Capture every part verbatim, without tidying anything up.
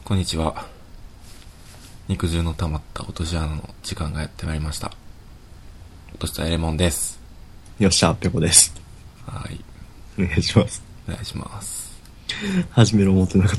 こんにちは。肉汁の溜まった落とし穴の時間がやってまいりました。落としたエレモンです。 よっしゃ、ペコです。 はい。 お願いします。 お願いします。 始める思ってなかった。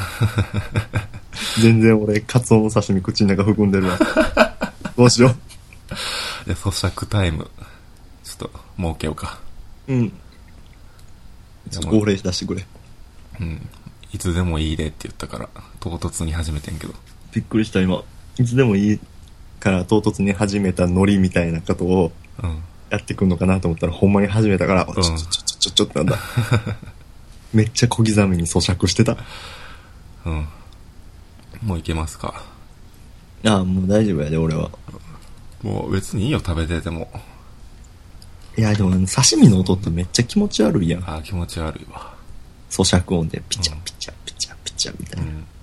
全然俺、カツオの刺身口の中含んでるわ。どうしよう。 で、咀嚼タイム、ちょっと設けようか。 うん。ちょっと号令出してくれ。 うん。いつでもいいでって言ったから、唐突に始めてんけど。 びっくりした、今。いつでもいいから唐突に始めたノリみたいなことを、やってくんのかなと思ったら、ほんまに始めたから、うん、ちょちょちょちょちょってなんだ。めっちゃ小刻みに咀嚼してた。 うん。もういけますか。 ああ、もう大丈夫やで、俺は。 もう別にいいよ、食べてても。 いや、でも刺身の音ってめっちゃ気持ち悪いやん。 ああ、気持ち悪いわ。 咀嚼音でピチャピチャピチャピチャみたいな。うん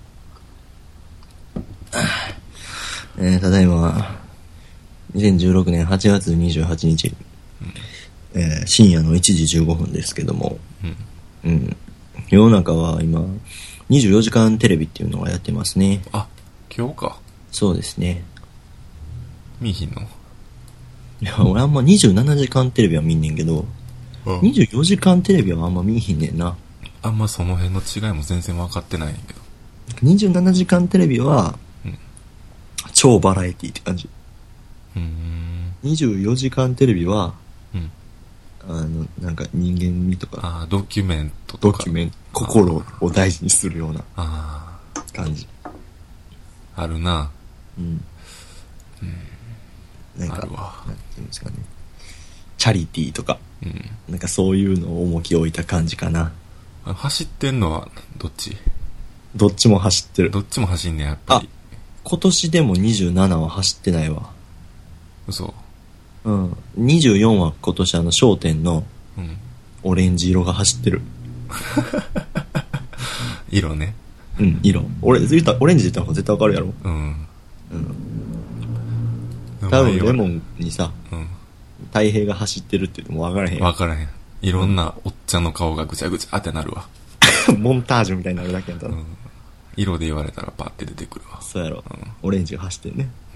えー、ただいま、にせんじゅうろくねんはちがつにじゅうはちにち、うんえー、深夜のいちじじゅうごふんですけども、うんうん、世の中は今、にじゅうよじかんテレビっていうのがやってますね。 あ、今日か。 そうですね。 見いひんの？ いや、俺あんまにじゅうななじかんテレビは見んねんけど、うん、にじゅうよじかんテレビはあんま見いひんねんな。 あんまその辺の違いも全然分かってないねんけど。 にじゅうななじかんテレビは、うん、超バラエティって感じ。 うーんにじゅうよじかんテレビは、 うん、 あのなんか人間味とか、 あドキュメントとか、 ドキュメント、心を大事にするような感じ。 あるな。 うん。 うん、 なんかあるわ。 なんていうんですかね。チャリティーとか、 うん、 なんかそういうのを重きを置いた感じかな。 走ってんのはどっち？ どっちも走ってる。 どっちも走んねやっぱり。 あ、今年でもにじゅうななは走ってないわ。 嘘。 うん。にじゅうよんは今年あの商店のオレンジ色が走ってる。 色ね。 うん、色。俺言ったオレンジで言った方が絶対わかるやろ。 うん。 うん。多分レモンにさ、 うん、 太平が走ってるって言っても分からへん。 分からへん。いろんなおっちゃんの顔がぐちゃぐちゃってなるわ。 モンタージュみたいになるだけやったら、うん、 色で言われたらパッて出てくるわ。 そうやろ、 うん、 オレンジが走ってるね。 うん。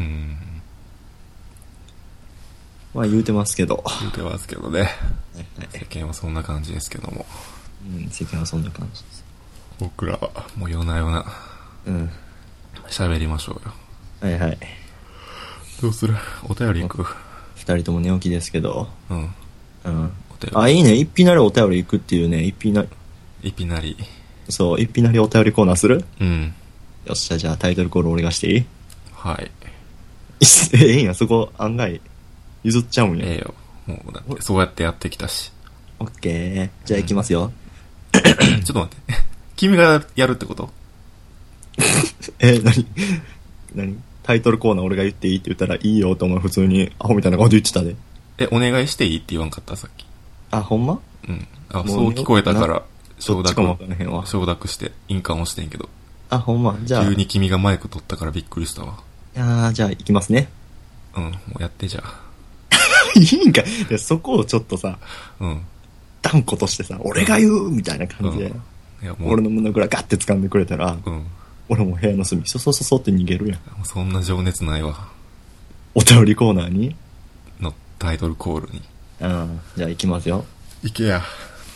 まあ言うてますけど。 言うてますけどね。はいはい、世間はそんな感じですけども。 うん、世間はそんな感じです。 僕らはもう夜な夜な。うん。喋りましょうよ。 はいはい。 どうする？お便り行く？ 二人とも寝起きですけど。 うん。 うん。あ、いいね。一品なりお便り行くっていうね。一品なり。 一品なり。 そう、一品なりお便りコーナーする？ うん。 よっしゃ、じゃあタイトルコール俺がしていい？ はい。 ええんや、そこ案外譲っちゃうんや。 ええよ。もうだってそうやってやってきたし。 オッケー。じゃあ行きますよ。 うん、ちょっと待って。君がやるってこと？ え、なになにタイトルコーナー俺が言っていいって言ったらいいよと思う。普通にアホみたいなこと言ってたで。 え、お願いしていいって言わんかったさっき。 あ、ほんま？ うん。あ、そう聞こえたから承諾承諾して印鑑押してんけど。 あ、ほんま。じゃあ急に君がマイク取ったからびっくりしたわ。 いやー、じゃあ行きますね。 うん、もうやってじゃあ。 いいんかい。でそこをちょっとさ、 うん。 断固としてさ、俺が言うみたいな感じで、うん、いやもう俺の胸ぐらガッて掴んでくれたら、うん、俺も部屋の隅そそそそって逃げるやん。 そんな情熱ないわ。 お便りコーナーにのタイトルコールに。 うん。じゃあ行きますよ。 行けや。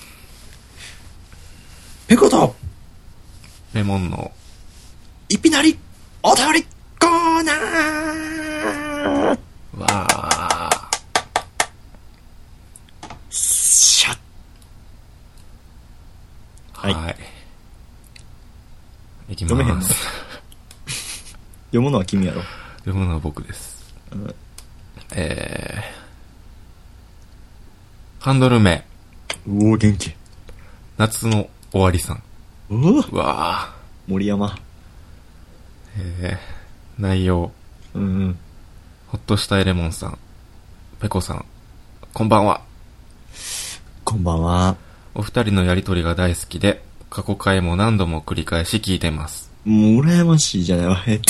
ペコとレモンのいきなりお便りコーナー。 わあ。 しゃ。 はい。はい、いきます。 読めへんの？読むのは君やろ。 読むのは僕です。うん、えー、ハンドル名。 うお、元気。 夏の終わりさん。 うわ。 うわ森山。 えー、内容。 うんうん。 ほっとしたエレモンさん。ペコさん。こんばんは。 こんばんは。 お二人のやりとりが大好きで、過去回も何度も繰り返し聞いてます。 もう羨ましいじゃないわ。えって。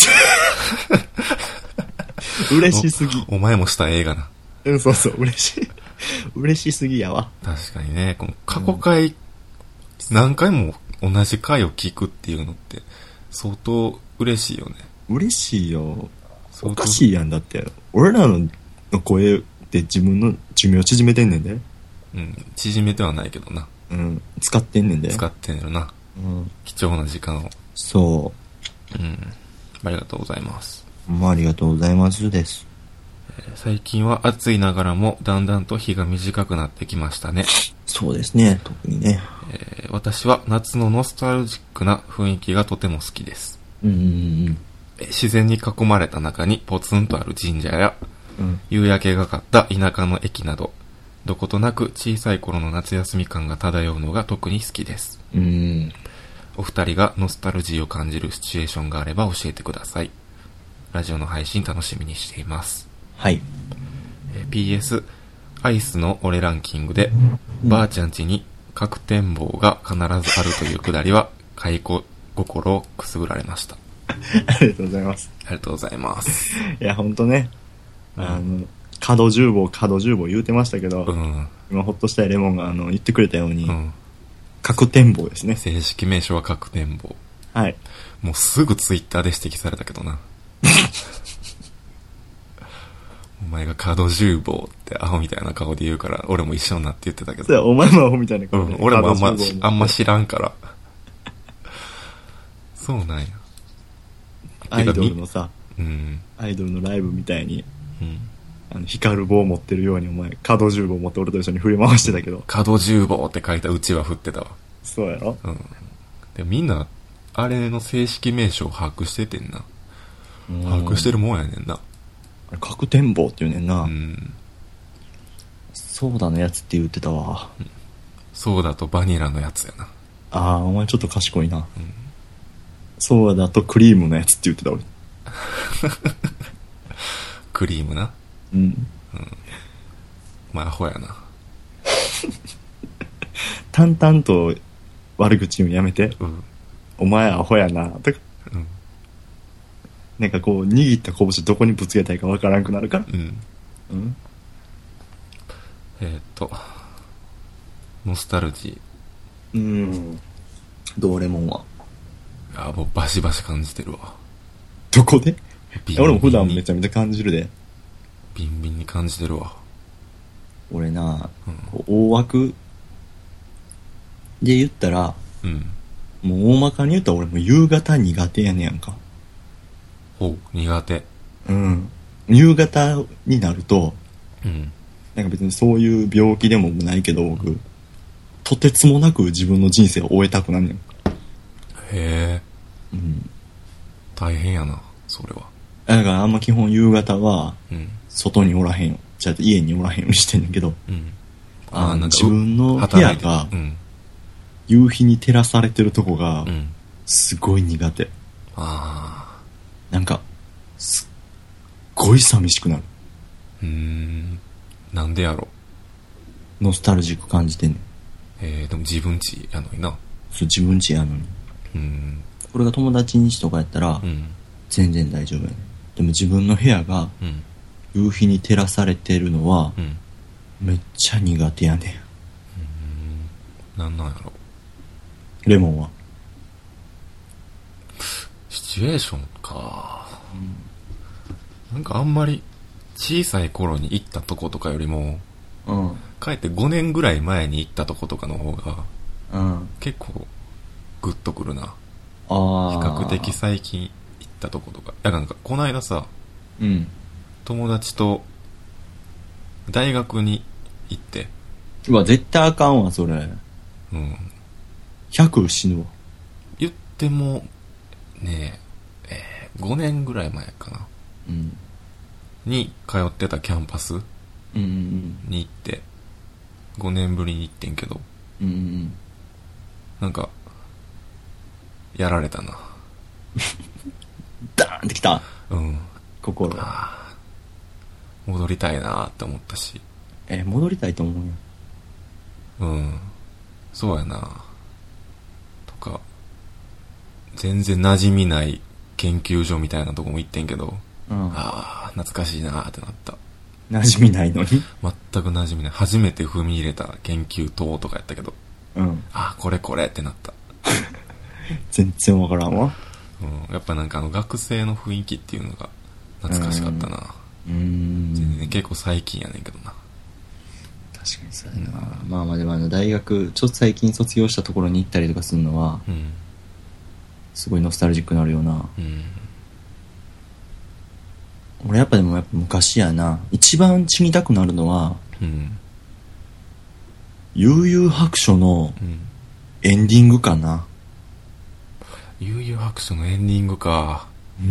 嬉しすぎお。お前もした映画な。 うん、そうそう、嬉しい。嬉しすぎやわ。 確かにね、この過去回、うん、何回も同じ回を聞くっていうのって、 相当嬉しいよね。 嬉しいよ。 相当おかしいやん。だって俺らの声で自分の寿命縮めてんねんで。 うん、縮めてはないけどな。 うん、使ってんねんで。 使ってんねるな。 うん、 貴重な時間を。 そうん。ありがとうございます。 う。まあ、ありがとうございますです。 えー最近は暑いながらもだんだんと日が短くなってきましたね。 そうですね、特にね。 えー私は夏のノスタルジックな雰囲気がとても好きです。 うんうんえー自然に囲まれた中にポツンとある神社やうん。うん。 夕焼けがかった田舎の駅など、どことなく小さい頃の夏休み感が漂うのが特に好きです。 うん。 お二人がノスタルジーを感じるシチュエーションがあれば教えてください。ラジオの配信楽しみにしています。 はい。 えー ピーエス アイスの俺ランキングで、ばあちゃん家に角展望が必ずあるというくだりは解雇心をくすぐられました。 ありがとうございます。 ありがとうございます。 いや、ほんとね。 うんあの、角十棒、角十棒言うてましたけど、 うん今ほっとしたいレモンがあの言ってくれたように、 うん角展望ですね。 正式名称は角展望。 はい。 もうすぐツイッターで指摘されたけどな。お前が角十棒ってアホみたいな顔で言うから俺も一緒になって言ってたけど。 そうや、お前もアホみたいな顔で、 うん、俺もあんま角十棒あんま知らんからそうなんや。 アイドルのさ、 うんアイドルのライブみたいに、 うんあの光る棒を持ってるようにお前角十棒持って俺と一緒に振り回してたけど、 角十棒って書いたうちは振ってたわ。 そうやろ。 うん。でみんなあれの正式名称を把握しててんな。把握してるもんやねんな。 あれ角展望って言うねんな、 うん。 ソーダのやつって言ってたわ、うん、 ソーダとバニラのやつやな。 ああ、お前ちょっと賢いな、うん、ソーダとクリームのやつって言ってた俺クリームな。 うん、うん、 お前アホやな淡々と悪口言うのやめて、うん、お前アホやなとか、うん、なんかこう握った拳どこにぶつけたいかわからんくなるから、うんうん、 えー、っとノスタルジー、うんどうレモンはあもうバシバシ感じてるわ。 どこで？ ビンビンに俺も普段めちゃめちゃ感じるで。 ビンビンに感じてるわ。 俺な、うん、大枠で言ったら、うん、もう大まかに言ったら俺も夕方苦手やねやんか。 おう苦手。 うん。夕方になると、うん、なんか別にそういう病気でもないけど僕、うん、とてつもなく自分の人生を終えたくなんねん。 へえ。うん。大変やなそれは。 だからあんま基本夕方は、うん、外におらへんよ。じゃあ家におらへんようにしてんねんけど、うん、ああなんか自分の部屋が、うん、夕日に照らされてるとこが、うん、すごい苦手。ああ。なんかすっごい寂しくなる。 うーん。なんでやろ。 ノスタルジック感じてんねん。 えー、でも自分家やのにな。 そう自分家やのに。うん。これが友達ん家とかやったら、うん、全然大丈夫やねん。でも自分の部屋が、うん、夕日に照らされてるのは、うん、めっちゃ苦手やねん。うーん。なんなんやろ。 レモンはシチュエーションか、うん、なんかあんまり小さい頃に行ったとことかよりも、うん、かえってごねんぐらい前に行ったとことかの方が、うん、結構グッとくるな。あ比較的最近行ったとことか。だからなんかこの間さ、うん、友達と大学に行って。 うわ絶対あかんわそれ。うん。ひゃく死ぬわ。 言ってもねえ、えー、ごねんぐらい前かな、うん、に通ってたキャンパスに行って、ごねんぶりに行ってんけど、うんうん、なんかやられたなダーンってきた。 うん心あ戻りたいなって思ったし。 えー、戻りたいと思うよ。 うんそうやなとか全然馴染みない研究所みたいなとこも行ってんけど、うん、ああ懐かしいなってなった。 馴染みないのに全く馴染みない。初めて踏み入れた研究棟とかやったけど、うん、ああこれこれってなった全然わからんわ。 うん、やっぱなんかあの学生の雰囲気っていうのが懐かしかったな。 うん。うーん。 全然結構最近やねんけどな。 確かにそうやな。うん、まあまあでもあの大学、ちょっと最近卒業したところに行ったりとかするのは、うん、すごいノスタルジックになるよな。うん。俺やっぱでもやっぱ昔やな。一番死にたくなるのは、うん。悠々白書のエンディングかな。 うん、悠々白書のエンディングか。 うん。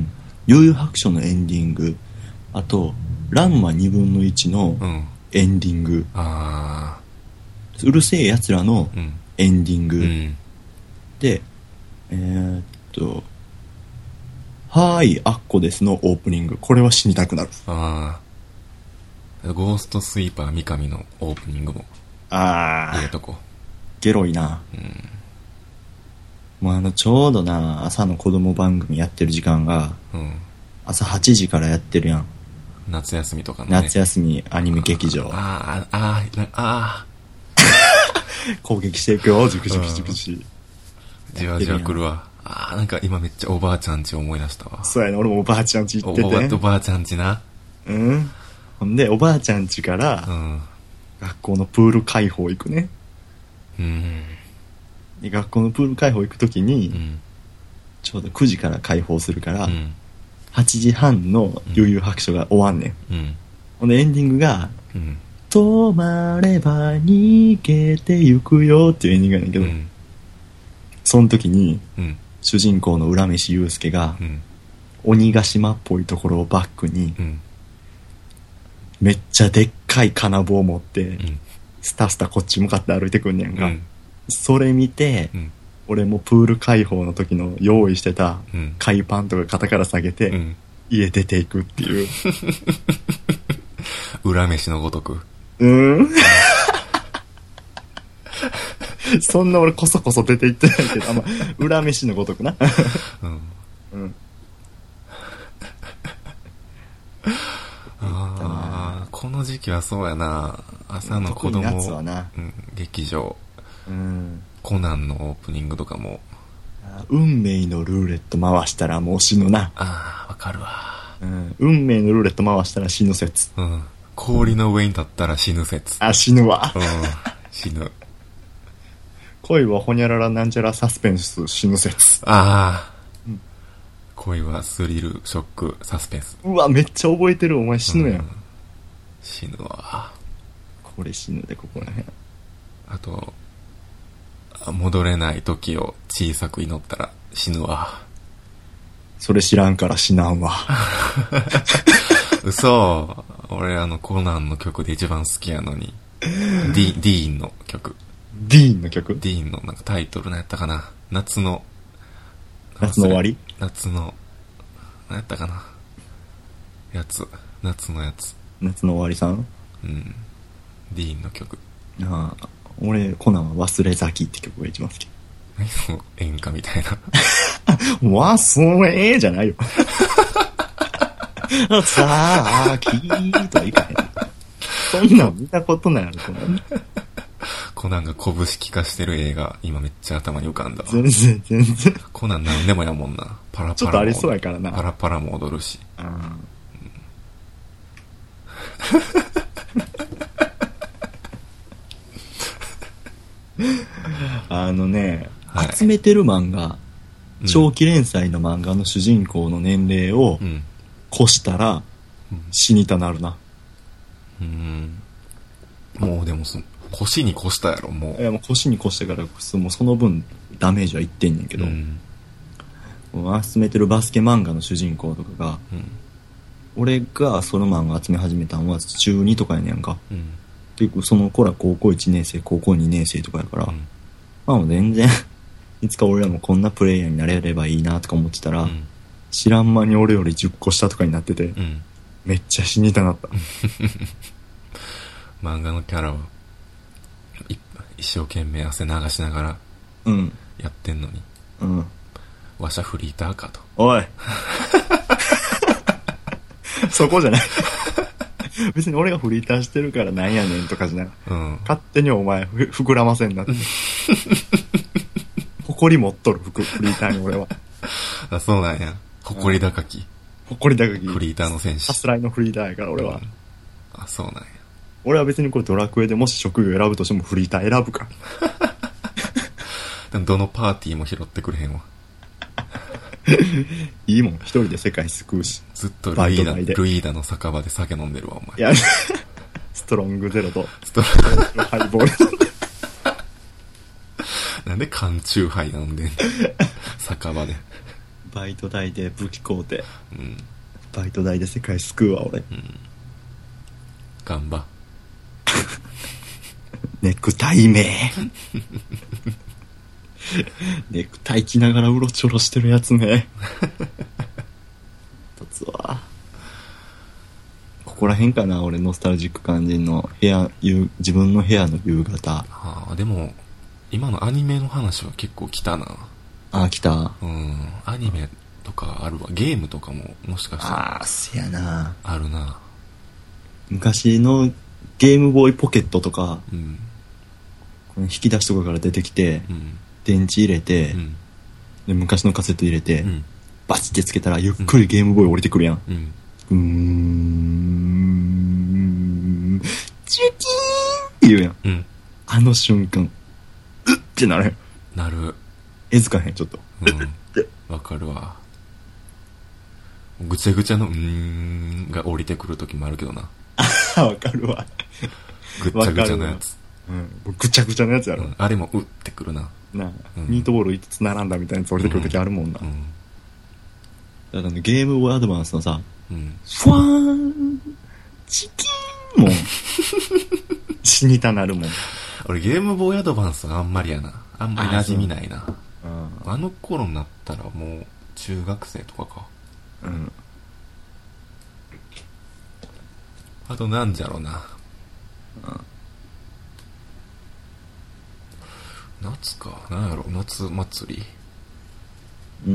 悠々白書のエンディング。あと、ランマにぶんのいちのエンディング。うん、あうるせえ奴らのエンディング。うん、で、えー、っと、はーい、アッコですのオープニング。これは死にたくなる。ああ。ゴーストスイーパー三上のオープニングも。 ああ。 ええとこ。 ゲロいな。うん。もうあの、ちょうどな、朝の子供番組やってる時間が、うん。朝はちじからやってるやん。 夏休みとかのね。夏休みアニメ劇場。 ああ、ああ、ああ。 攻撃していくよ、じくじくじくじ。 じわじわ来るわ。ああ、なんか今めっちゃおばあちゃんち思い出したわ。 そうやね、俺もおばあちゃんち行ってて。 お, おばあちゃんちな。 うん。ほんで、おばあちゃんちから、うん、学校のプール開放行くね。うん。で、学校のプール開放行くときに、うん、ちょうどくじから開放するから、うん、はちじはんの悠々白書が終わんねん。うん。ほんで、エンディングが、うん、止まれば逃げてゆくよっていうエンディングやねんけど、うん、その時に、うん主人公の浦飯祐介が、うん、鬼ヶ島っぽいところをバックに、うん、めっちゃでっかい金棒を持って、うん、スタスタこっち向かって歩いてくんねんが、うん、それ見て、うん、俺もプール開放の時の用意してた海パンとか肩から下げて、うん、家出ていくっていう浦飯のごとくうーんそんな俺こそこそ出ていってないけど、あんま裏飯のごとくな。うん。うん。 ああ、この時期はそうやな。朝の子供、夏はな、うん、劇場、うん、コナンのオープニングとかも。 運命のルーレット回したらもう死ぬな。 ああ、わかるわ、 うん。運命のルーレット回したら死ぬ説。 うん。氷の上に立ったら死ぬ説。 あ、死ぬわ。 うん。死ぬ。 恋はホニャララなんちゃらサスペンス死ぬ説。 ああ、うん、恋はスリルショックサスペンス。 うわめっちゃ覚えてる。お前死ぬやん、うん、 死ぬわ。 これ死ぬでここらへん。 あと戻れない時を小さく祈ったら死ぬわ。 それ知らんから死なんわ。 嘘。俺あのコナンの曲で一番好きやのにディ, ディーンの曲。 ディーンの曲？ ディーンのなんかタイトル何やったかな。夏の夏の終わり？ 夏の何やったかなやつ。夏のやつ。 夏の終わりさん？ うん。ディーンの曲。 ああ、俺コナンは忘れ咲きって曲が一番好き。 何その演歌みたいな。 忘れじゃないよ。咲きとはいかへん。そんなん見たことないやろコナン。 コナンが拳利かしてる映画今めっちゃ頭に浮かんだわ。 全然全然。 コナンなんでもやもんな。パラパラもちょっとありそうやからな。 パラパラも踊るし。うん、 あのね、はい、集めてる漫画、長期連載の漫画の主人公の年齢を越したら死にたなるな。 うん、もうでもそ腰に越したやろもう。 いやもう腰に越したからもうその分ダメージはいってんねんけど、うん、集めてるバスケ漫画の主人公とかが、うん、俺がその漫画集め始めたのはちゅうにとかやねんか、うん、結構その子ら高校いちねん生高校にねん生とかやから、うん、まあもう全然いつか俺らもこんなプレイヤーになれればいいなとか思ってたら、うん、知らん間に俺よりじゅっこ下とかになってて、うん、めっちゃ死にたなった。 漫画のキャラは一生懸命汗流しながらやってんのに、うん、わしゃフリーターかと。 おいそこじゃない。別に俺がフリーターしてるからなんやねんとかじゃない、うん、勝手にお前ふ膨らませんなって。誇り持っとるフリーターに俺は。 あ、そうなんや。誇り高き。 誇り高き。 フリーターの戦士。 さすらいのフリーターやから俺は、うん。 あ、そうなんや。 俺は別にこれドラクエでもし職業選ぶとしてもフリーター選ぶから。 どのパーティーも拾ってくれへんわ。 いいもん、一人で世界救うし。 ずっとルイーダ、ルイーダの酒場で酒飲んでるわ、お前。 いや、ストロングゼロと、 ストロングハイボール飲んで。 なんで缶チューハイ飲んでんの酒場で。 バイト代で武器買うて。 うん。 バイト代で世界救うわ、俺。うん。 頑張。 ネクタイめ。ネクタイ着ながらうろちょろしてるやつね。立つわ。ここら辺かな、俺ノスタルジック感じの部屋、自分の部屋の夕方。 ああ、でも今のアニメの話は結構来たな。 ああ、来た。 うん、アニメとかあるわ。ゲームとかももしかしたら。 ああ、せやな。 あるな。 昔のゲームボーイポケットとか、 うん、 この引き出しとかから出てきて、うん、電池入れて、うん、で昔のカセット入れて、うん、バチってつけたらゆっくりゲームボーイ降りてくるやん。うん、うーん、チュキーンって言うやん。うん、あの瞬間、うっってなるやん。 なる。 えずかへん、ちょっと。 うん。わかるわ。ぐちゃぐちゃのうーんが降りてくる時もあるけどな。 わかるわ。 ぐちゃぐちゃのやつ。 うん。ぐちゃぐちゃのやつやろ。うん、 あれもうってくるな。 なあ、うん、ミートボールいつつ並んだみたいなやつ降りてくる時あるもんな。うんうん、だからね、ゲームボーイアドバンスのさ、うん、ファーンチキーンも死にたなるもん。 俺ゲームボーイアドバンスはあんまりやな。あんまり馴染みないな。あ, あの頃になったらもう中学生とかか。うん。あとなんじゃろうな。うん。夏か。なんやろ、夏祭り。うん。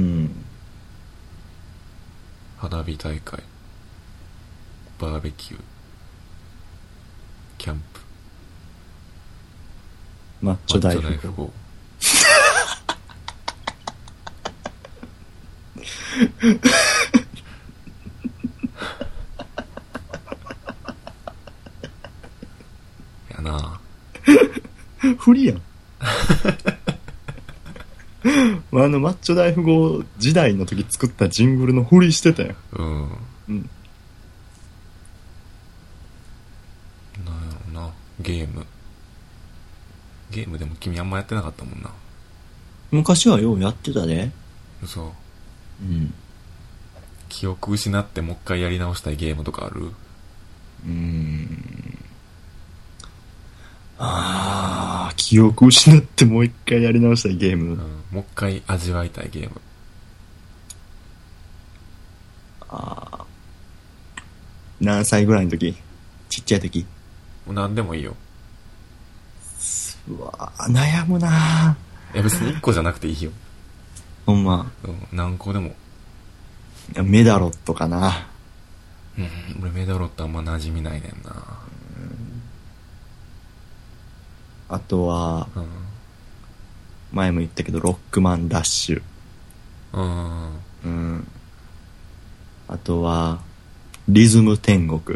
花火大会。バーベキュー。キャンプ。 マッチョ大富豪。 やな不利やん。あのマッチョ大富豪時代の時作ったジングルのフリしてたよ。うん。うん。 なんやろな、ゲーム。ゲームでも君あんまやってなかったもんな。 昔はようやってたで。 嘘。うん。記憶失ってもう一回やり直したいゲームとかある？うーん。 ああ、記憶失ってもう一回やり直したいゲーム。うん、 もう一回味わいたいゲーム。 ああ。何歳ぐらいの時？ちっちゃい時？ もう何でもいいよ。 うわぁ、悩むなぁ。 いや別にいっこじゃなくていいよ。 ほんま。 うん、何個でも。 いやメダロットかな。 うん、俺メダロットあんま馴染みないねんな。うん、 あとは、うん、前も言ったけどロックマンダッシュ。うん。うん。あとは、リズム天国。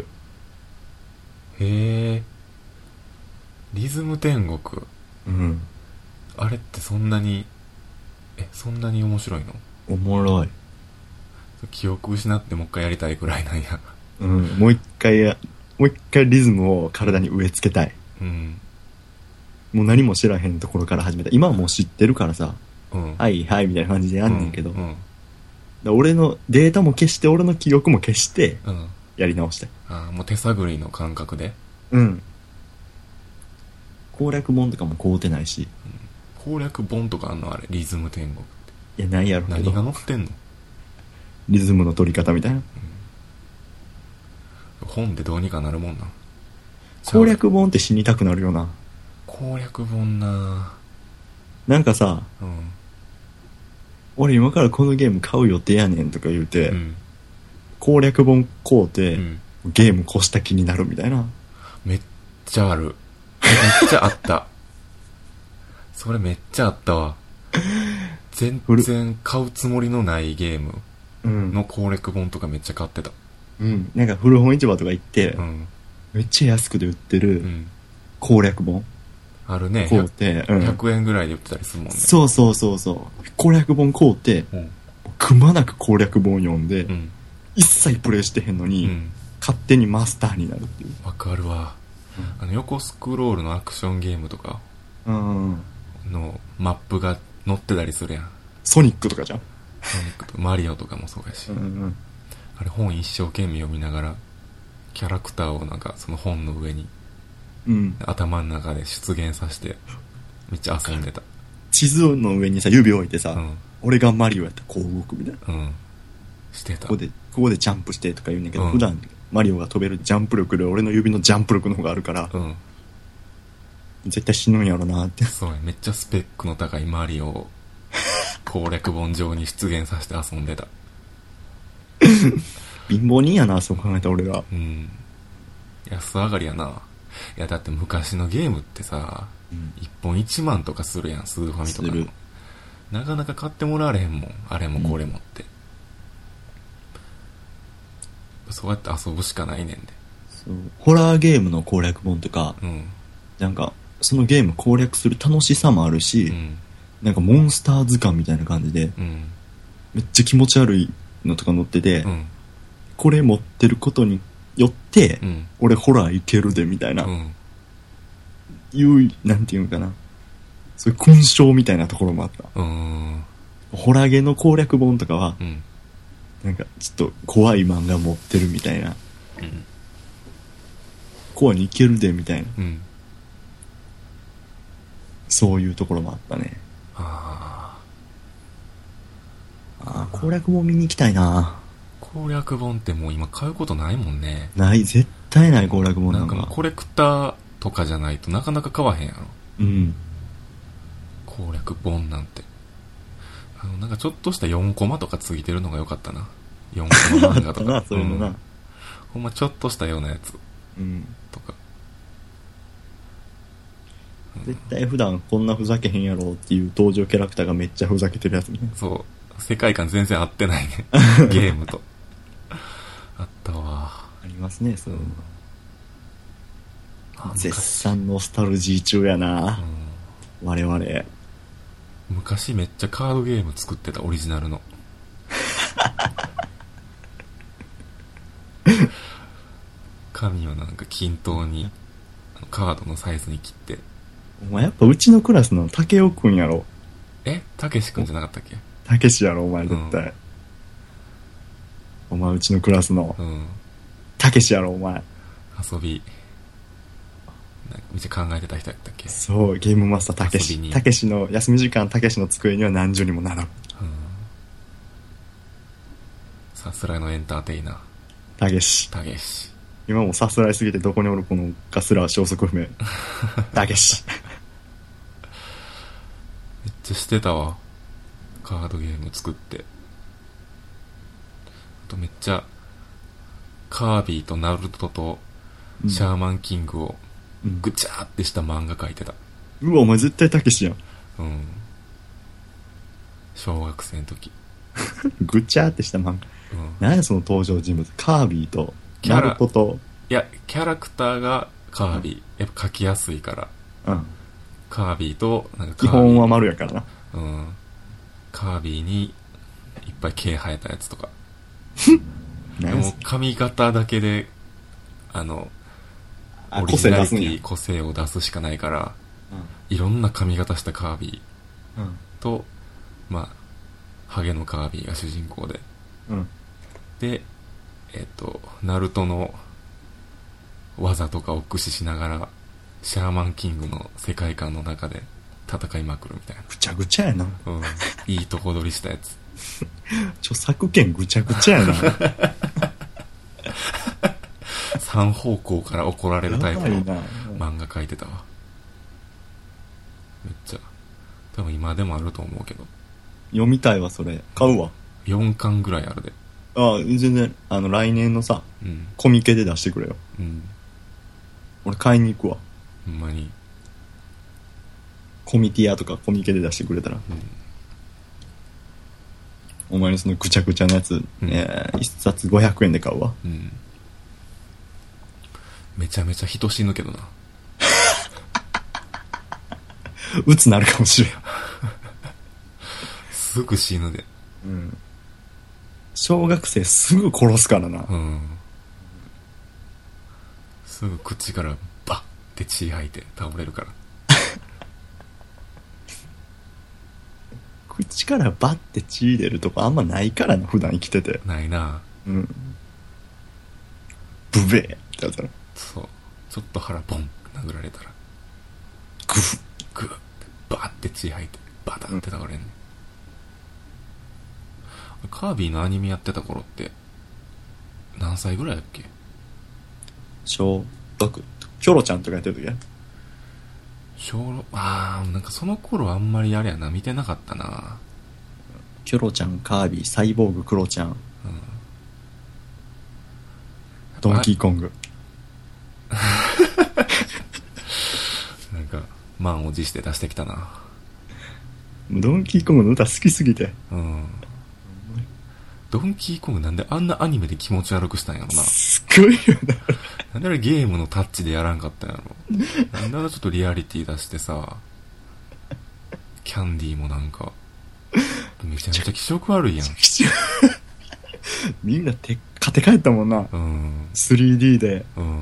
へえ。リズム天国。うん。あれってそんなに、え、そんなに面白いの？ おもろい。 記憶失ってもう一回やりたいくらいなんや。 うん。もう一回や、もう一回リズムを体に植え付けたい。うん。もう何も知らへんところから始めた。今はもう知ってるからさ。うん。はいはいみたいな感じでやんねんけど。うん。うん、だ俺のデータも消して、俺の記憶も消して、うん。やり直したい。 ああ、もう手探りの感覚で。 うん。攻略本とかも買うてないし、 うん、攻略本とかあんのあれリズム天国って。 いやないやろけど。 何が載ってんの？ リズムの取り方みたいな、うん、 本でどうにかなるもんな。 攻略本って死にたくなるよな。 攻略本な。 なんかさ、うん、俺今からこのゲーム買う予定やねんとか言うて、うん、攻略本買うて、うん、ゲーム越した気になるみたいな。 めっちゃある。めっちゃあった。それめっちゃあったわ。 全然買うつもりのないゲームの攻略本とかめっちゃ買ってた。 うん。なんか古本市場とか行って、うん、めっちゃ安くで売ってる攻略本。 うん、あるね。買うて、うん、ひゃくえんぐらいで売ってたりするもんね。 そうそうそうそう。攻略本買うて、うん、くまなく攻略本読んで、うん、一切プレイしてへんのに、うん、勝手にマスターになるっていう。 わかるわ。うん、あの横スクロールのアクションゲームとかのマップが載ってたりするやん。 ソニックとかじゃん。 ソニックとマリオとかもそうやし、うんうん、あれ本一生懸命読みながらキャラクターをなんかその本の上に、うん、頭の中で出現させてめっちゃ遊んでた。 地図の上にさ指を置いてさ、うん、俺がマリオやったらこう動くみたいな、うん、 してた。 ここでここでジャンプしてとか言うんだけど、うん、普段マリオが飛べるジャンプ力で俺の指のジャンプ力の方があるから、うん、絶対死ぬんやろなって。 そうや、めっちゃスペックの高いマリオを攻略本上に出現させて遊んでた。 貧乏人やな、そう考えた俺ら。 うん。安上がりやな。いやだって昔のゲームってさ、うん、いっぽんいちまんとかするやん、スーファミとかの。なかなか買ってもらわれへんもん、あれもこれもって、うん、そうやって遊ぶしかないねんで。 そうホラーゲームの攻略本とか、うん、なんかそのゲーム攻略する楽しさもあるし、うん、なんかモンスター図鑑みたいな感じで、うん、めっちゃ気持ち悪いのとか載ってて、うん、これ持ってることによって、うん、俺ホラーいけるでみたいな、うん、いうなんていうのかな、そういう勲章みたいなところもあった。うん、ホラゲの攻略本とかは、うん、なんかちょっと怖い漫画持ってるみたいな、うん、コアにいけるでみたいな、うん、そういうところもあったね。ああ、攻略本見に行きたいな。 攻略本ってもう今買うことないもんね。 ない、絶対ない攻略本なんか。 なんかコレクターとかじゃないとなかなか買わへんやろ。うん。攻略本なんて。あの、なんかちょっとしたよんコマとかついてるのが良かったな。よんコマ漫画とか。な、そういうのな、うん。ほんまちょっとしたようなやつ。うん。とか。 絶対普段こんなふざけへんやろっていう登場キャラクターがめっちゃふざけてるやつね。 そう。世界観全然合ってないね。ゲームと。あったわ。 ありますね、そういうの。絶賛ノスタルジー中やな、うん、我々。 昔めっちゃカードゲーム作ってた、オリジナルの。紙をなんか均等にカードのサイズに切って。 お前やっぱうちのクラスの竹雄くんやろ。 え、たけしくんじゃなかったっけ？ たけしやろお前絶対、うん、お前うちのクラスのたけしやろお前。 遊びめっちゃ考えてた人やったっけ？ そう、ゲームマスターたけし。たけしの休み時間、たけしの机には何十にも並ぶ、うん、 さすらいのエンターテイナーたけし。 たけし今もさすらいすぎてどこにおるこのかすら消息不明。たけし。 めっちゃしてたわ、カードゲーム作って。あとめっちゃカービィとナルトとシャーマンキングをぐちゃーってした漫画描いてた、 うん、うわお前絶対たけしやん。うん、 小学生の時。 ぐちゃーってした漫画、うん、何やその登場人物。カービィとナルトと、 いやキャラクターがカービィ、うん、やっぱ描きやすいから、うん、カービィとなんか基本は丸やからな、 うん、カービィにいっぱい毛生えたやつとか。でも髪型だけであのオリジナリティ個性を出すしかないから、うん、いろんな髪型したカービィ、うん、とまあハゲのカービィが主人公で、うん、でえっとナルトの技とかを駆使しながらシャーマンキングの世界観の中で戦いまくるみたいな。 ぐちゃぐちゃやな、 うん、いいとこ取りしたやつ。 著作権ぐちゃぐちゃやな。 三方向から怒られるタイプの漫画描いてたわ。めっちゃ多分今でもあると思うけど。 読みたいわそれ。買うわ。 よんかんぐらいあるで。 ああ全然あの来年のさ、うん、コミケで出してくれよ、うん、俺買いに行くわ。 ほんまにコミティアとかコミケで出してくれたら、うん、 お前のそのぐちゃぐちゃのやつ、うん、えー、一冊ごひゃくえんで買うわ。 うん。めちゃめちゃ人死ぬけどな。 うつなるかもしれん。 すぐ死ぬで。 うん。小学生すぐ殺すからな。 うん。すぐ口からバッて血吐いて倒れるから。 口からバッて血出るとこあんまないからな、普段生きてて。 ないな。 うん。ブベーってやつだろ。 そう。ちょっと腹ポン殴られたら。 グフグーってバッて血吐いてバタンって倒れんね、うん、カービィのアニメやってた頃って何歳ぐらいだっけ？ 小学キョロちゃんとかやってる時や。 小六、あーなんかその頃あんまりあれやな、見てなかったな。 キョロちゃん、カービィ、サイボーグ、クロちゃん、うん、ドンキーコングなんか満を持して出してきたな。 ドンキーコングの歌好きすぎて。うん。 ドンキーコングなんであんなアニメで気持ち悪くしたんやろな。 すごいよな。 なんであれゲームのタッチでやらんかったんやろ。なんであれちょっとリアリティ出してさ、キャンディーもなんか、めちゃめちゃ気色悪いやん。 みんなて買って帰ったもんな。うん。スリーディー で。うん。うん。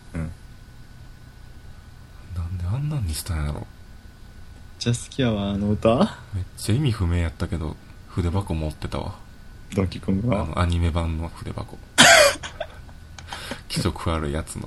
なんであんなんにしたんやろ。めっちゃ好きやわ、あの歌。 めっちゃ意味不明やったけど、筆箱持ってたわ。 ドンキーコングはあのアニメ版の筆箱。気色悪いやつの。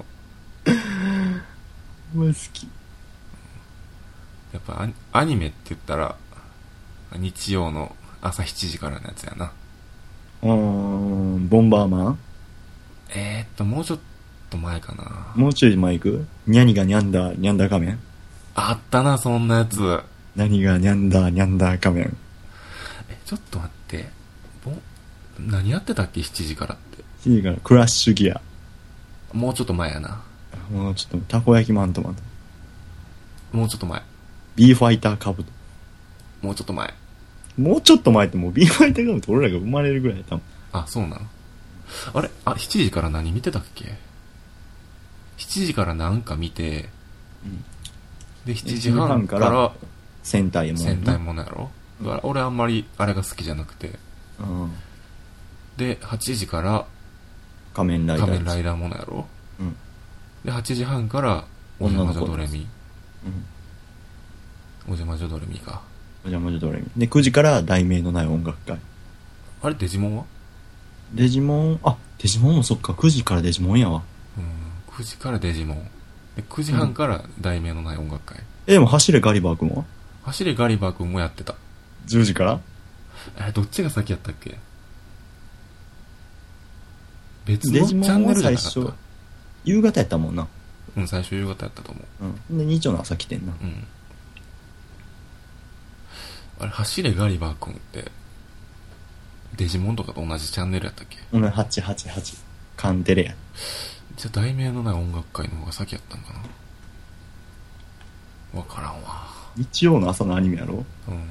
まあ好き。 やっぱアニメって言ったら日曜の朝しちじからのやつやな。 うーん、ボンバーマン。 えーっともうちょっと前かな。 もうちょい前行く？ニャニがニャンダーニャンダー仮面。 あったな、そんなやつ。 何がニャンダーニャンダー仮面。 え、ちょっと待って、ボ何やってたっけ？ しち 時からって。 しちじからクラッシュギア。 もうちょっと前やな。 もうちょっとたこ焼きマントマン。 もうちょっと前。 ビーファイターカブト。 もうちょっと前。 もうちょっと前ってもうビーファイターカブト俺らが生まれるぐらい多分。 あ、そうなの？あれあ、しちじから何見てたっけ？ しち 時からなんか見て、うん、で、しちじはんから戦隊もの。 戦隊ものやろ？だから俺あんまりあれが好きじゃなくて。うん、で、はちじから仮面ライダー。 仮面ライダーものやろ？うん。で、はちじはんからお邪魔女ドレミ。うん。お邪魔女ドレミか。 お邪魔女ドレミ。で、くじから題名のない音楽会。 あれ、デジモンは？ デジモン、あ、デジモンもそっか、くじからデジモンやわ。 うん、くじからデジモン。で、くじはんから題名のない音楽会。うん、 え、でも走れガリバー君は？ 走れガリバー君もやってた。 じゅうじから？ え、どっちが先やったっけ？別のチャンネルじゃなかった？ 夕方やったもんな。 うん、最初夕方やったと思う。 うん。で、日曜の朝来てんな。うん。 あれ、走れガリバー君って、デジモンとかと同じチャンネルやったっけ？ うん、はちはちはち。カンテレや。 じゃあ、題名のない音楽会の方が先やったんかな？わからんわ。 日曜の朝のアニメやろ？うん。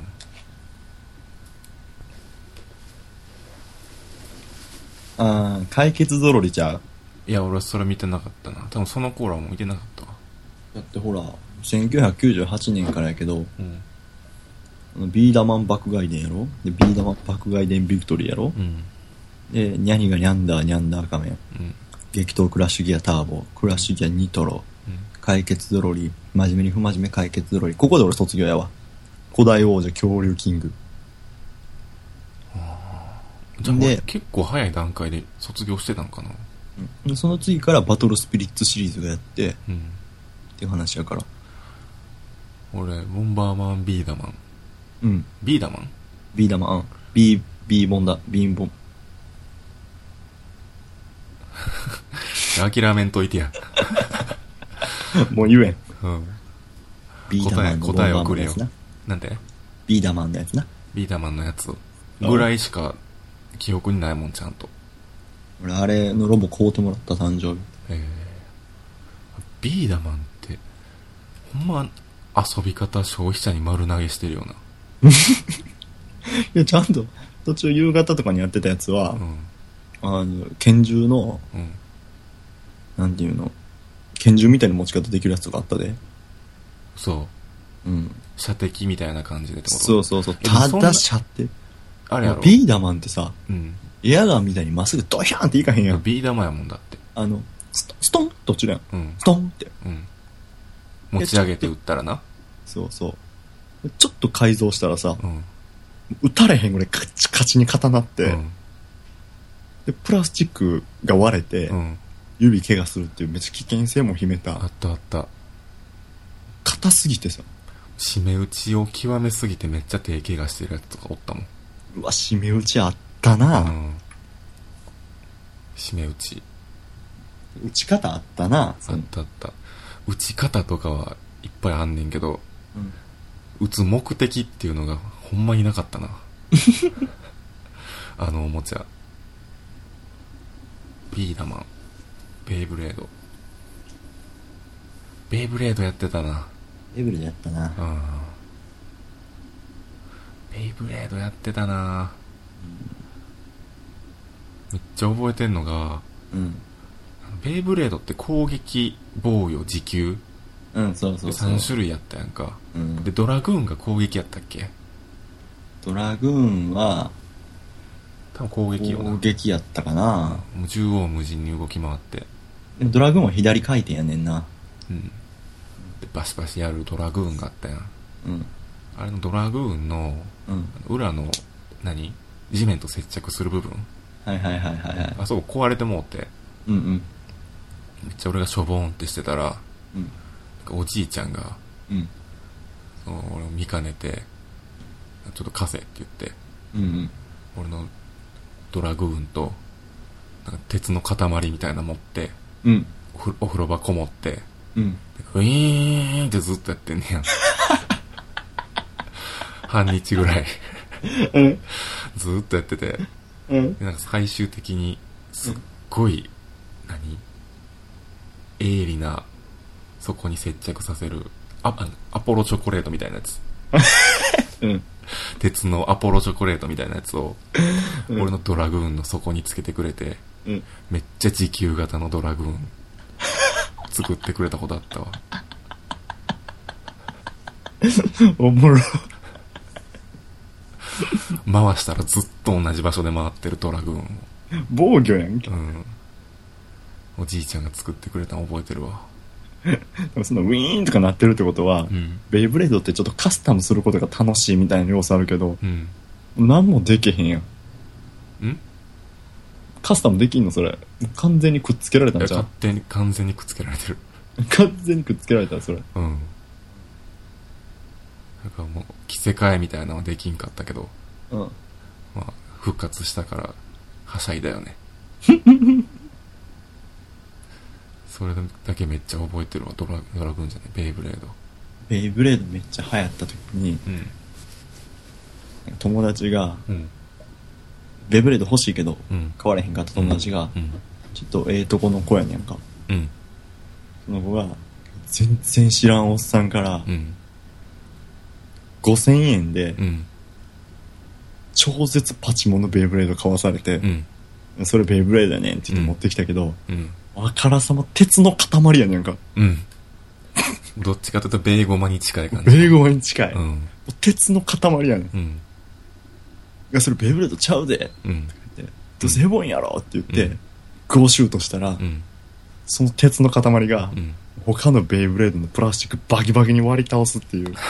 あー、解決ぞろりちゃう？ いや、俺はそれ見てなかったな。多分その頃はもう見てなかったわ。 だってほら、せんきゅうひゃくきゅうじゅうはちねんからやけど、うん、ビーダマン爆買い伝やろ？で、ビーダマン爆買い伝ビクトリーやろ？うん、で、ニャニがニャンダーニャンダー仮面、うん、激闘クラッシュギアターボ、クラッシュギアニトロ、うん、解決ぞろり、真面目に不真面目解決ぞろり。ここで俺卒業やわ。古代王者恐竜キング。 じゃあで結構早い段階で卒業してたんかな。 うん、その次からバトルスピリッツシリーズがやって、うん、っていう話やから。 俺ボンバーマンビーダマン。うん。ビーダマン？ ビーダマン。ビービーボンだ。ビーボン。 諦めんといてや。 もう言えん。うん。 ビーダマンの答えをくれよ。なんで？ ビーダマンのやつな。 ビーダマンのやつぐらいしか記憶にないもん、ちゃんと。 俺あれのロボ買うてもらった誕生日。へえ。 ビーダマンってほんま遊び方消費者に丸投げしてるよな。 いやちゃんと途中夕方とかにやってたやつは、うん、あの拳銃の、うん、なんていうの、拳銃みたいな持ち方できるやつとかあったで。 そう、うん、射的みたいな感じでってこと。 そうそうそう。ただ射的あれやろ、ビーダマンってさ、うん、エアガンみたいにまっすぐドヒャーンっていかへんやん。 ビーダマンやもんだって。 あのスト、ストンと落ちるやん、うん、ストンって、うん、 持ち上げて撃ったらな。 そうそう。ちょっと改造したらさ、うん、撃たれへんぐらいカチカチに固なって、うん、でプラスチックが割れて、うん、指怪我するっていうめっちゃ危険性も秘めた。 あったあった。 硬すぎてさ、 締め打ちを極めすぎてめっちゃ手怪我してるやつとかおったもん。 うわ、締め打ちあったな、うん、 締め打ち打ち方あったな。 あったあった。打ち方とかはいっぱいあんねんけど、うん、打つ目的っていうのがほんまになかったなあのおもちゃ。ビーダマン、ベイブレード、ベイブレードやってたな。 ベイブレードやったな。うん、 ベイブレードやってたな、うん、めっちゃ覚えてんのが、うん、ベイブレードって攻撃、防御、持久、 うん、そうそうそう、 さん種類やったやんか、うん、でドラグーンが攻撃やったっけ。 ドラグーンは多分攻撃よな。 攻撃やったかな、 うん、もう縦横無尽に動き回って。 でもドラグーンは左回転やねんな。 うん。でバシバシやるドラグーンがあったやん。うん。あれのドラグーンの、うん、裏の何地面と接着する部分、 はいはいはいはい、はい、 あそこ壊れてもうて、うんうん、めっちゃ俺がしょぼーんってしてたら、うん、なんかおじいちゃんが、うん、その俺を見かねてちょっと貸せって言って、うんうん、俺のドラグーンとなんか鉄の塊みたいなの持って、うん、お, お風呂場こもって、うん、ウィーンってずっとやってんねや半日ぐらい、うん、ずーっとやってて、うん、でなんか最終的にすっごい、うん、何鋭利なそこに接着させる ア, アポロチョコレートみたいなやつ、うん、鉄のアポロチョコレートみたいなやつを、うん、俺のドラグーンの底につけてくれて、うん、めっちゃ持久型のドラグーン作ってくれたことあったわおもろ回したらずっと同じ場所で回ってるドラグーンを。 防御やんけ、うん、 おじいちゃんが作ってくれたの覚えてるわでもそのウィーンとかなってるってことは、うん、ベイブレードってちょっとカスタムすることが楽しいみたいな要素あるけど、うん、何もできへんやん。んカスタムできんのそれ。完全にくっつけられたんじゃん。 勝手に完全にくっつけられてる完全にくっつけられたそれ。うんなんかもう着せ替えみたいなのはできんかったけど、うん、まあ復活したからはしゃいだよねそれだけめっちゃ覚えてるわ。ドラ、ドラグーンじゃないベイブレード。 ベイブレードめっちゃ流行った時に、うん、友達が、うん、ベイブレード欲しいけど、うん、買われへんかった友達が、うん、ちょっとええとこの子やねんか、うん、その子が全然知らんおっさんから、うんごせんえんで、うん、超絶パチモンのベイブレード買わされて、うん、それベイブレードやねんって言って持ってきたけど、うん、あからさま鉄の塊やねんか、うん、 どっちかというとベイゴマに近い感じ。 ベイゴマに近い、うん、鉄の塊やねん、うん、いやそれベイブレードちゃうで、うん、どうせヘボンやろって言って、うん、グオシュートしたら、うん、その鉄の塊が、うん、他のベイブレードのプラスチックバキバキに割り倒すっていう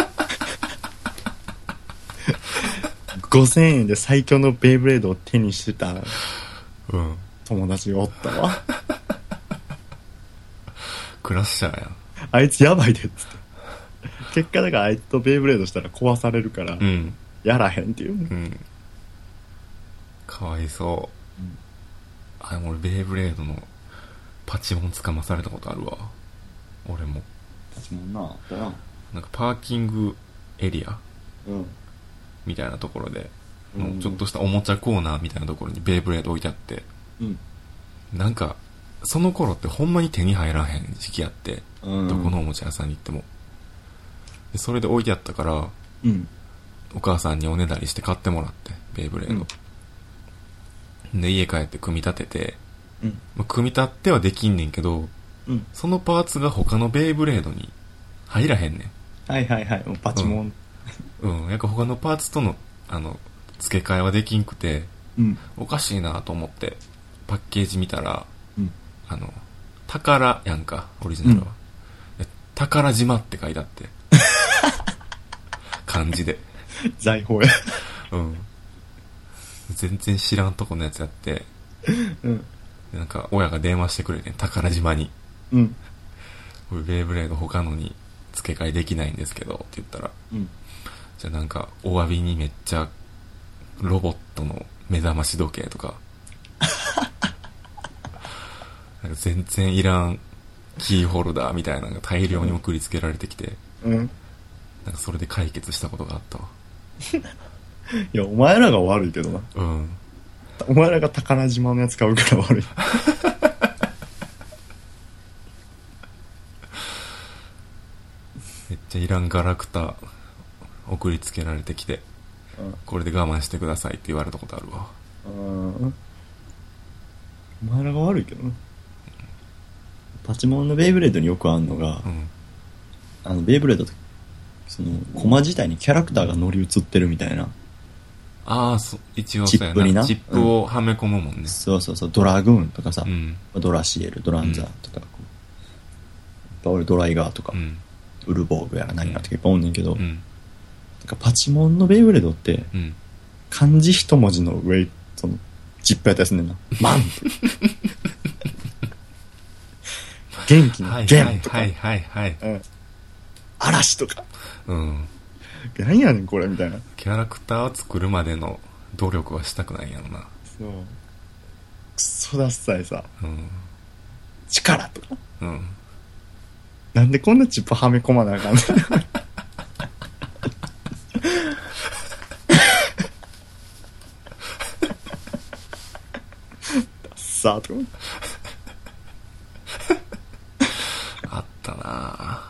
ごせんえんで最強のベイブレードを手にしてた友達がおったわ、うん、 クラッシャーやんあいつやばいでっつって結果だからあいつとベイブレードしたら壊されるから、うん、やらへんっていう、うん、 かわいそう、うん、あでも俺ベイブレードのパチモン捕まされたことあるわ。俺もパチモンなあったな。 なんかパーキングエリア、うんみたいなところで、うん、もうちょっとしたおもちゃコーナーみたいなところにベイブレード置いてあって、うん、なんかその頃ってほんまに手に入らへん時期あって、うん、どこのおもちゃ屋さんに行ってもでそれで置いてあったから、うん、お母さんにおねだりして買ってもらってベイブレード、うん、で家帰って組み立てて、 うんまあ、組み立ってはできんねんけど、うん、そのパーツが他のベイブレードに入らへんねん。はいはいはい、もうパチモン、 うん、うん、なんか他のパーツとのあの付け替えはできんくて、うん、おかしいなと思ってパッケージ見たら、うん、あの宝やんかオリジナルは、うん、宝島って書いてあって漢字で財宝やうん全然知らんとこのやつやって、うん、なんか親が電話してくれて宝島に、うん、これベイブレード他のに付け替えできないんですけどって言ったら、うん、じゃあなんかお詫びにめっちゃロボットの目覚まし時計とかなんか全然いらんキーホルダーみたいなのが大量に送りつけられてきて、うん、なんかそれで解決したことがあったわいやお前らが悪いけどな、うん、お前らが宝島のやつ買うから悪いめっちゃいらんガラクタ送りつけられてきて、うん、これで我慢してくださいって言われたことあるわ。うん、 お前らが悪いけどな。パチモンのベイブレードによくあるのが、うん、あのベイブレードってそのコマ自体にキャラクターが乗り移ってるみたいな。 ああ、そう一応そうやな。チップになチップをはめ込むもんね、うん、 そうそうそう。ドラグーンとかさ、うん、ドラシエル、ドランザーとか、うん、俺ドライガーとか、うん、ウルボーグやら何やとかいっぱいおんねんけど、うん、なんかパチモンのベイブレードって、うん、漢字一文字の上そのチップやったやつねんな。マンって元気の元とか、 はいはいはい、はい、うん、 嵐とか、うん、何やねんこれみたいな。 キャラクターを作るまでの努力はしたくないんやろな。そうクソダッサいさ、うん、力とか、うん、なんでこんなチップはめ込まなあかんねんダッサーとかあったな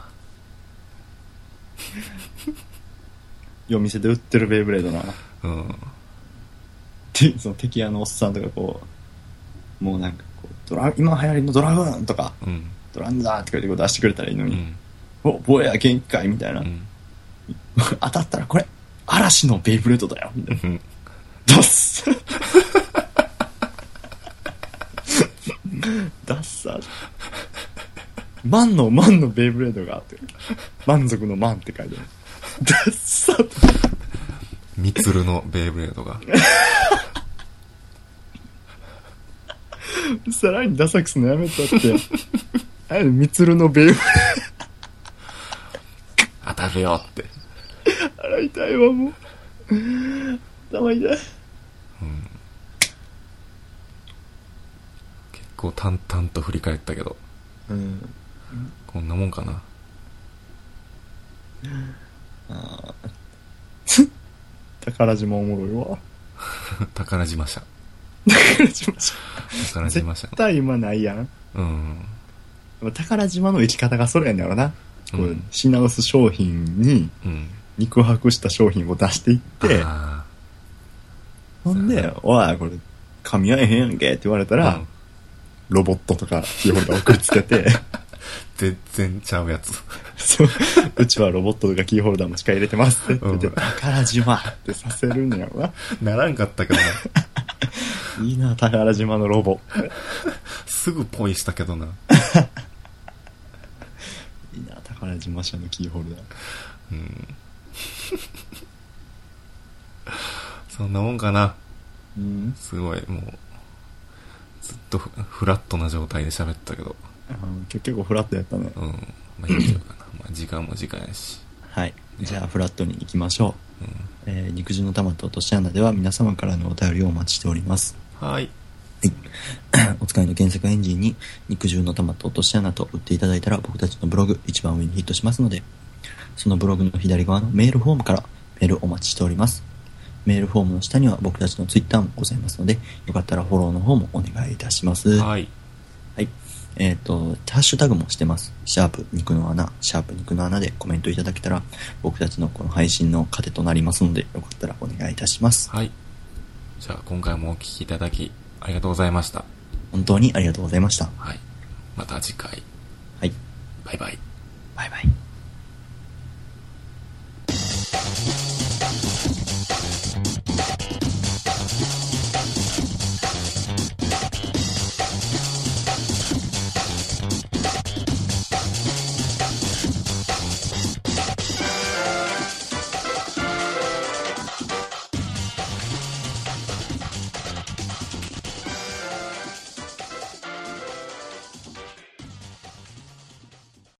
夜店で売ってるベイブレードな、うん、でその敵屋のおっさんとかこうもうなんかこうドラ今流行りのドラグーンとか、うん、ドランザーってこう出してくれたらいいのに、うん、お坊や元気かいみたいな、うん、当たったらこれ嵐のベイブレードだよみたいな、うん、ダッサダッサ万の万のベイブレードがあって満足の万って書いてあるダッサミツルのベイブレードがさらにダサくすのやめたってあれミツルのベイブレード当たるよって洗いたいわもう頭痛い、うん、 結構淡々と振り返ったけど、うん、こんなもんかな。 あ宝島おもろいわ宝島社宝島社宝島社絶対今ないやん、うん、宝島の生き方がそれやねんやろな、うん、こう品薄商品に肉薄した商品を出していって、うん、ほんでおいこれ噛み合えへんやんけって言われたら、うん、ロボットとかキーホルダー送りつけて全然ちゃうやつそう、うちはロボットとかキーホルダーもしか入れてますって言って、うん、宝島ってさせるんやろな。 ならんかったけどな。いいな、宝島のロボ。 すぐポイしたけどな。いいな、宝島社のキーホルダー。うん。 そんなもんかな。うん。すごい、もう、ずっとフラットな状態で喋ったけど。 うん、結構フラットやったね。 うん。まあいいんちゃうかな。まあ時間も時間やし。 はい。じゃあフラットに行きましょう。うん、えー、肉汁の玉と落とし穴では皆様からのお便りをお待ちしております。 はい。 はい。お使いの検索エンジンに肉汁の玉と落とし穴と打っていただいたら僕たちのブログ一番上にヒットしますので、そのブログの左側のメールフォームからメールお待ちしております。メールフォームの下には僕たちのツイッターもございますので、よかったらフォローの方もお願いいたします。 はい。 はい。えっと、ハッシュタグもしてます。シャープ肉の穴、シャープ肉の穴でコメントいただけたら、僕たちのこの配信の糧となりますので、よかったらお願いいたします。 はい。 じゃあ今回もお聞きいただきありがとうございました。 本当にありがとうございました。 はい。また次回。 はい。 バイバイ。 バイバイ。